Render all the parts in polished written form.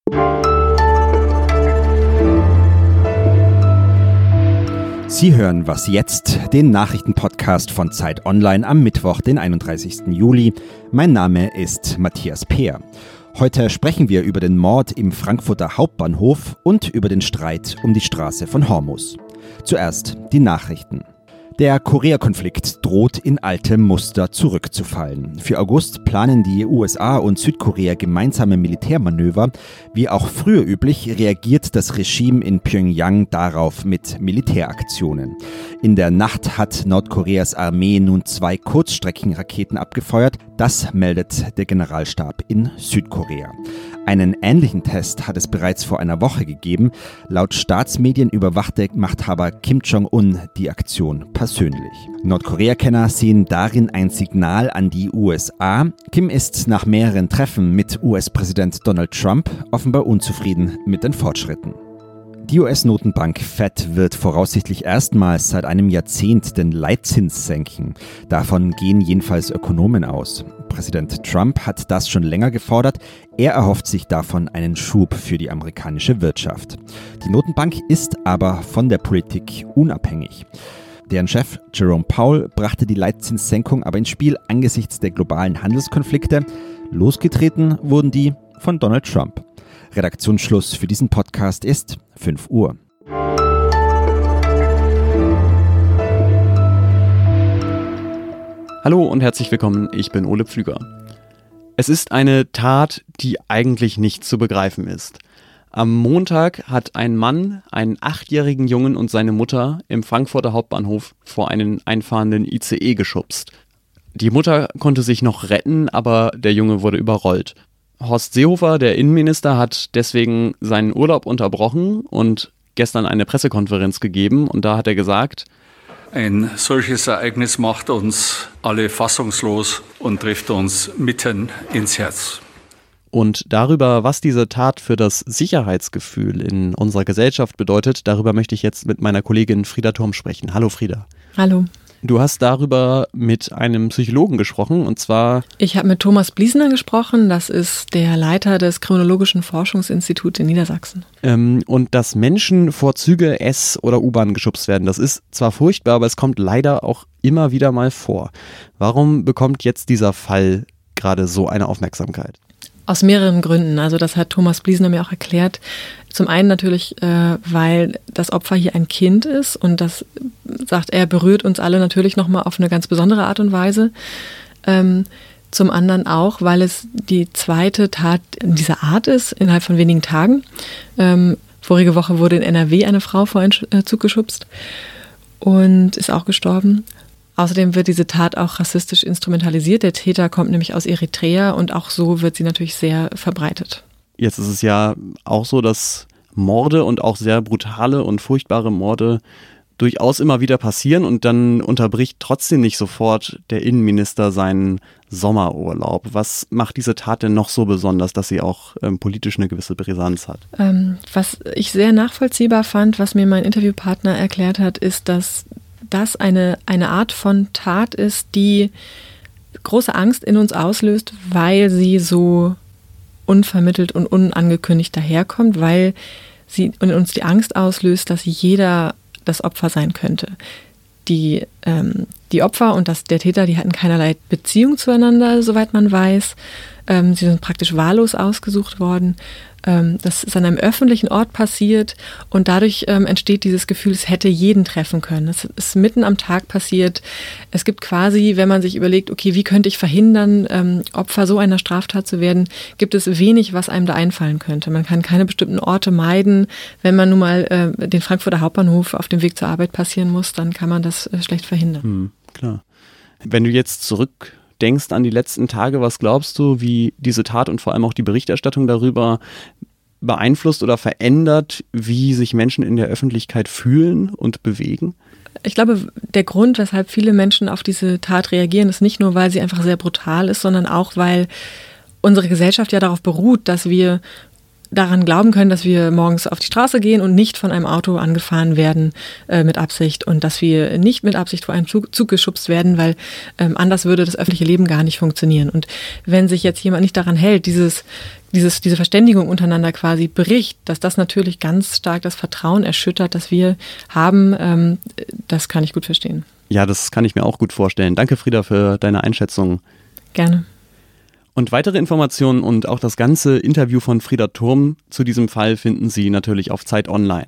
Sie hören Was jetzt?, den Nachrichtenpodcast von Zeit Online am Mittwoch, den 31. Juli. Mein Name ist Matthias Peer. Heute sprechen wir über den Mord im Frankfurter Hauptbahnhof und über den Streit um die Straße von Hormuz. Zuerst die Nachrichten. Der Korea-Konflikt droht in alte Muster zurückzufallen. Für August planen die USA und Südkorea gemeinsame Militärmanöver. Wie auch früher üblich, reagiert das Regime in Pyongyang darauf mit Militäraktionen. In der Nacht hat Nordkoreas Armee nun 2 Kurzstreckenraketen abgefeuert. Das meldet der Generalstab in Südkorea. Einen ähnlichen Test hat es bereits vor einer Woche gegeben. Laut Staatsmedien überwachte Machthaber Kim Jong-un die Aktion persönlich. Nordkorea-Kenner sehen darin ein Signal an die USA. Kim ist nach mehreren Treffen mit US-Präsident Donald Trump offenbar unzufrieden mit den Fortschritten. Die US-Notenbank Fed wird voraussichtlich erstmals seit einem Jahrzehnt den Leitzins senken. Davon gehen jedenfalls Ökonomen aus. Präsident Trump hat das schon länger gefordert. Er erhofft sich davon einen Schub für die amerikanische Wirtschaft. Die Notenbank ist aber von der Politik unabhängig. Deren Chef Jerome Powell brachte die Leitzinssenkung aber ins Spiel angesichts der globalen Handelskonflikte. Losgetreten wurden die von Donald Trump. Redaktionsschluss für diesen Podcast ist 5 Uhr. Hallo und herzlich willkommen, ich bin Ole Pflüger. Es ist eine Tat, die eigentlich nicht zu begreifen ist. Am Montag hat ein Mann einen 8-jährigen Jungen und seine Mutter im Frankfurter Hauptbahnhof vor einen einfahrenden ICE geschubst. Die Mutter konnte sich noch retten, aber der Junge wurde überrollt. Horst Seehofer, der Innenminister, hat deswegen seinen Urlaub unterbrochen und gestern eine Pressekonferenz gegeben. Und da hat er gesagt: Ein solches Ereignis macht uns alle fassungslos und trifft uns mitten ins Herz. Und darüber, was diese Tat für das Sicherheitsgefühl in unserer Gesellschaft bedeutet, darüber möchte ich jetzt mit meiner Kollegin Frieda Turm sprechen. Hallo Frieda. Hallo. Du hast darüber mit einem Psychologen gesprochen, und zwar... Ich habe mit Thomas Bliesner gesprochen, das ist der Leiter des Kriminologischen Forschungsinstituts in Niedersachsen. Und dass Menschen vor Züge, S- oder U-Bahn geschubst werden, das ist zwar furchtbar, aber es kommt leider auch immer wieder mal vor. Warum bekommt jetzt dieser Fall gerade so eine Aufmerksamkeit? Aus mehreren Gründen. Also das hat Thomas Bliesner mir auch erklärt. Zum einen natürlich, weil das Opfer hier ein Kind ist und das, sagt er, berührt uns alle natürlich nochmal auf eine ganz besondere Art und Weise. Zum anderen auch, weil es die zweite Tat dieser Art ist, innerhalb von wenigen Tagen. Vorige Woche wurde in NRW eine Frau vor einen Zug geschubst und ist auch gestorben. Außerdem wird diese Tat auch rassistisch instrumentalisiert. Der Täter kommt nämlich aus Eritrea und auch so wird sie natürlich sehr verbreitet. Jetzt ist es ja auch so, dass Morde und auch sehr brutale und furchtbare Morde durchaus immer wieder passieren und dann unterbricht trotzdem nicht sofort der Innenminister seinen Sommerurlaub. Was macht diese Tat denn noch so besonders, dass sie auch politisch eine gewisse Brisanz hat? Was ich sehr nachvollziehbar fand, was mir mein Interviewpartner erklärt hat, ist, dass das eine Art von Tat ist, die große Angst in uns auslöst, weil sie so unvermittelt und unangekündigt daherkommt, weil sie in uns die Angst auslöst, dass jeder das Opfer sein könnte. Die Opfer und der Täter, die hatten keinerlei Beziehung zueinander, soweit man weiß. Sie sind praktisch wahllos ausgesucht worden. Das ist an einem öffentlichen Ort passiert und dadurch entsteht dieses Gefühl, es hätte jeden treffen können. Es ist mitten am Tag passiert. Es gibt quasi, wenn man sich überlegt, okay, wie könnte ich verhindern, Opfer so einer Straftat zu werden, gibt es wenig, was einem da einfallen könnte. Man kann keine bestimmten Orte meiden. Wenn man nun mal den Frankfurter Hauptbahnhof auf dem Weg zur Arbeit passieren muss, dann kann man das schlecht verhindern. Klar. Wenn du jetzt zurückdenkst an die letzten Tage, was glaubst du, wie diese Tat und vor allem auch die Berichterstattung darüber beeinflusst oder verändert, wie sich Menschen in der Öffentlichkeit fühlen und bewegen? Ich glaube, der Grund, weshalb viele Menschen auf diese Tat reagieren, ist nicht nur, weil sie einfach sehr brutal ist, sondern auch, weil unsere Gesellschaft ja darauf beruht, dass wir daran glauben können, dass wir morgens auf die Straße gehen und nicht von einem Auto angefahren werden mit Absicht und dass wir nicht mit Absicht vor einen Zug geschubst werden, weil anders würde das öffentliche Leben gar nicht funktionieren. Und wenn sich jetzt jemand nicht daran hält, dieses diese Verständigung untereinander quasi bricht, dass das natürlich ganz stark das Vertrauen erschüttert, das wir haben, das kann ich gut verstehen. Ja, das kann ich mir auch gut vorstellen. Danke, Frieda, für deine Einschätzung. Gerne. Und weitere Informationen und auch das ganze Interview von Frieda Turm zu diesem Fall finden Sie natürlich auf Zeit Online.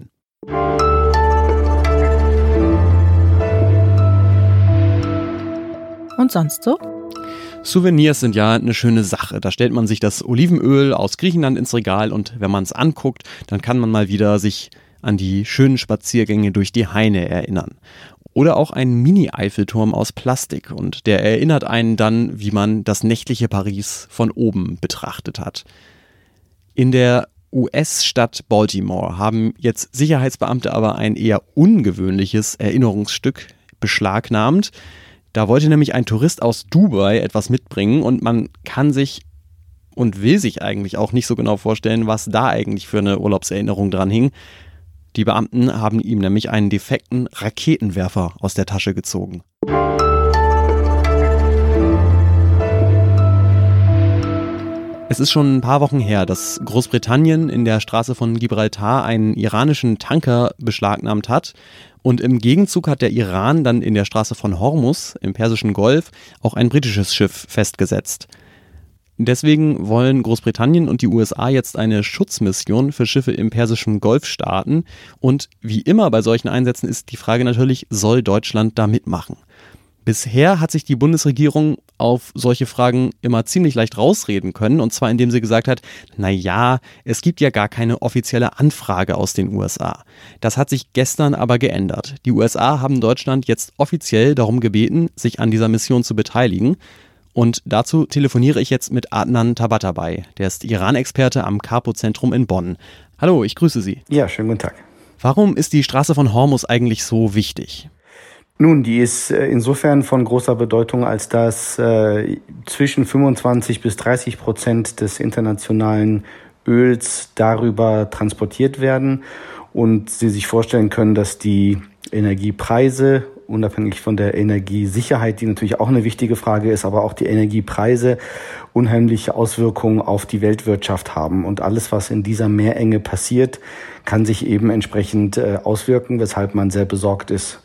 Und sonst so? Souvenirs sind ja eine schöne Sache. Da stellt man sich das Olivenöl aus Griechenland ins Regal und wenn man es anguckt, dann kann man mal wieder sich an die schönen Spaziergänge durch die Haine erinnern. Oder auch ein Mini-Eiffelturm aus Plastik und der erinnert einen dann, wie man das nächtliche Paris von oben betrachtet hat. In der US-Stadt Baltimore haben jetzt Sicherheitsbeamte aber ein eher ungewöhnliches Erinnerungsstück beschlagnahmt. Da wollte nämlich ein Tourist aus Dubai etwas mitbringen und man kann sich und will sich eigentlich auch nicht so genau vorstellen, was da eigentlich für eine Urlaubserinnerung dran hing. Die Beamten haben ihm nämlich einen defekten Raketenwerfer aus der Tasche gezogen. Es ist schon ein paar Wochen her, dass Großbritannien in der Straße von Gibraltar einen iranischen Tanker beschlagnahmt hat. Und im Gegenzug hat der Iran dann in der Straße von Hormuz im Persischen Golf auch ein britisches Schiff festgesetzt. Deswegen wollen Großbritannien und die USA jetzt eine Schutzmission für Schiffe im Persischen Golf starten. Und wie immer bei solchen Einsätzen ist die Frage natürlich, soll Deutschland da mitmachen? Bisher hat sich die Bundesregierung auf solche Fragen immer ziemlich leicht rausreden können. Und zwar indem sie gesagt hat, naja, es gibt ja gar keine offizielle Anfrage aus den USA. Das hat sich gestern aber geändert. Die USA haben Deutschland jetzt offiziell darum gebeten, sich an dieser Mission zu beteiligen. Und dazu telefoniere ich jetzt mit Adnan Tabatabai. Der ist Iran-Experte am Capo-Zentrum in Bonn. Hallo, ich grüße Sie. Ja, schönen guten Tag. Warum ist die Straße von Hormuz eigentlich so wichtig? Nun, die ist insofern von großer Bedeutung, als dass zwischen 25% bis 30% des internationalen Öls darüber transportiert werden. Und Sie sich vorstellen können, dass die Energiepreise, unabhängig von der Energiesicherheit, die natürlich auch eine wichtige Frage ist, aber auch die Energiepreise unheimliche Auswirkungen auf die Weltwirtschaft haben. Und alles, was in dieser Meerenge passiert, kann sich eben entsprechend auswirken, weshalb man sehr besorgt ist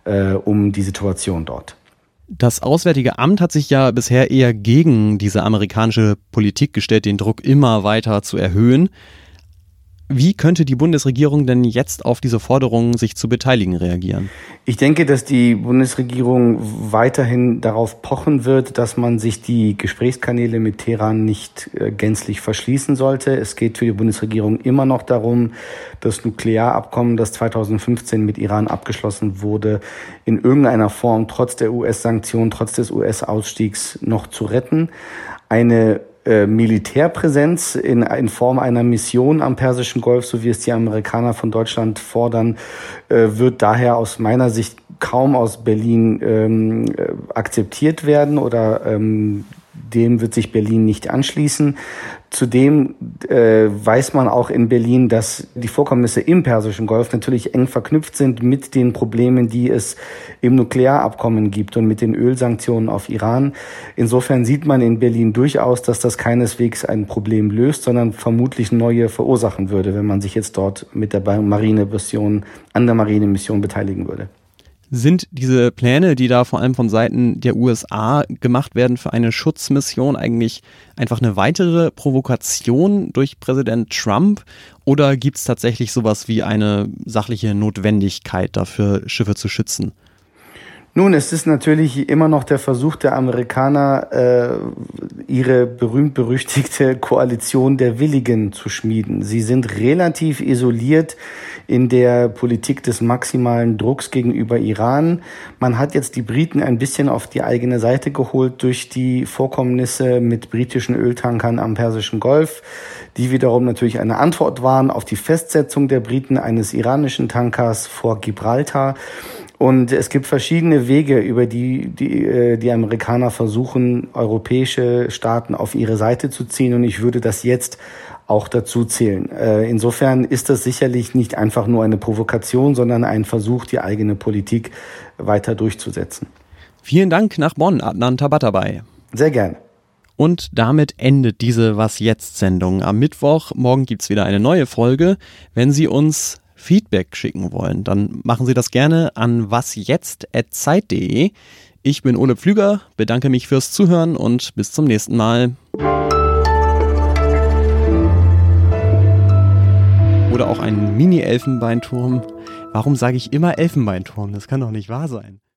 um die Situation dort. Das Auswärtige Amt hat sich ja bisher eher gegen diese amerikanische Politik gestellt, den Druck immer weiter zu erhöhen. Wie könnte die Bundesregierung denn jetzt auf diese Forderungen, sich zu beteiligen, reagieren? Ich denke, dass die Bundesregierung weiterhin darauf pochen wird, dass man sich die Gesprächskanäle mit Teheran nicht gänzlich verschließen sollte. Es geht für die Bundesregierung immer noch darum, das Nuklearabkommen, das 2015 mit Iran abgeschlossen wurde, in irgendeiner Form trotz der US-Sanktionen, trotz des US-Ausstiegs noch zu retten. Eine Militärpräsenz in Form einer Mission am Persischen Golf, so wie es die Amerikaner von Deutschland fordern, wird daher aus meiner Sicht kaum aus Berlin akzeptiert werden oder dem wird sich Berlin nicht anschließen. Zudem weiß man auch in Berlin, dass die Vorkommnisse im Persischen Golf natürlich eng verknüpft sind mit den Problemen, die es im Nuklearabkommen gibt und mit den Ölsanktionen auf Iran. Insofern sieht man in Berlin durchaus, dass das keineswegs ein Problem löst, sondern vermutlich neue verursachen würde, wenn man sich jetzt dort mit der Marinemission, an der Marinemission beteiligen würde. Sind diese Pläne, die da vor allem von Seiten der USA gemacht werden für eine Schutzmission, eigentlich einfach eine weitere Provokation durch Präsident Trump? Oder gibt es tatsächlich sowas wie eine sachliche Notwendigkeit dafür, Schiffe zu schützen? Nun, es ist natürlich immer noch der Versuch der Amerikaner, ihre berühmt-berüchtigte Koalition der Willigen zu schmieden. Sie sind relativ isoliert in der Politik des maximalen Drucks gegenüber Iran. Man hat jetzt die Briten ein bisschen auf die eigene Seite geholt durch die Vorkommnisse mit britischen Öltankern am Persischen Golf, die wiederum natürlich eine Antwort waren auf die Festsetzung der Briten eines iranischen Tankers vor Gibraltar. Und es gibt verschiedene Wege, über die Amerikaner versuchen, europäische Staaten auf ihre Seite zu ziehen. Und ich würde das jetzt auch dazu zählen. Insofern ist das sicherlich nicht einfach nur eine Provokation, sondern ein Versuch, die eigene Politik weiter durchzusetzen. Vielen Dank nach Bonn, Adnan Tabatabai. Sehr gerne. Und damit endet diese Was jetzt Sendung am Mittwoch. Morgen gibt es wieder eine neue Folge. Wenn Sie uns Feedback schicken wollen, dann machen Sie das gerne an wasjetzt@zeit.de. Ich bin Ole Pflüger, bedanke mich fürs Zuhören und bis zum nächsten Mal. Oder auch ein Mini-Elfenbeinturm. Warum sage ich immer Elfenbeinturm? Das kann doch nicht wahr sein.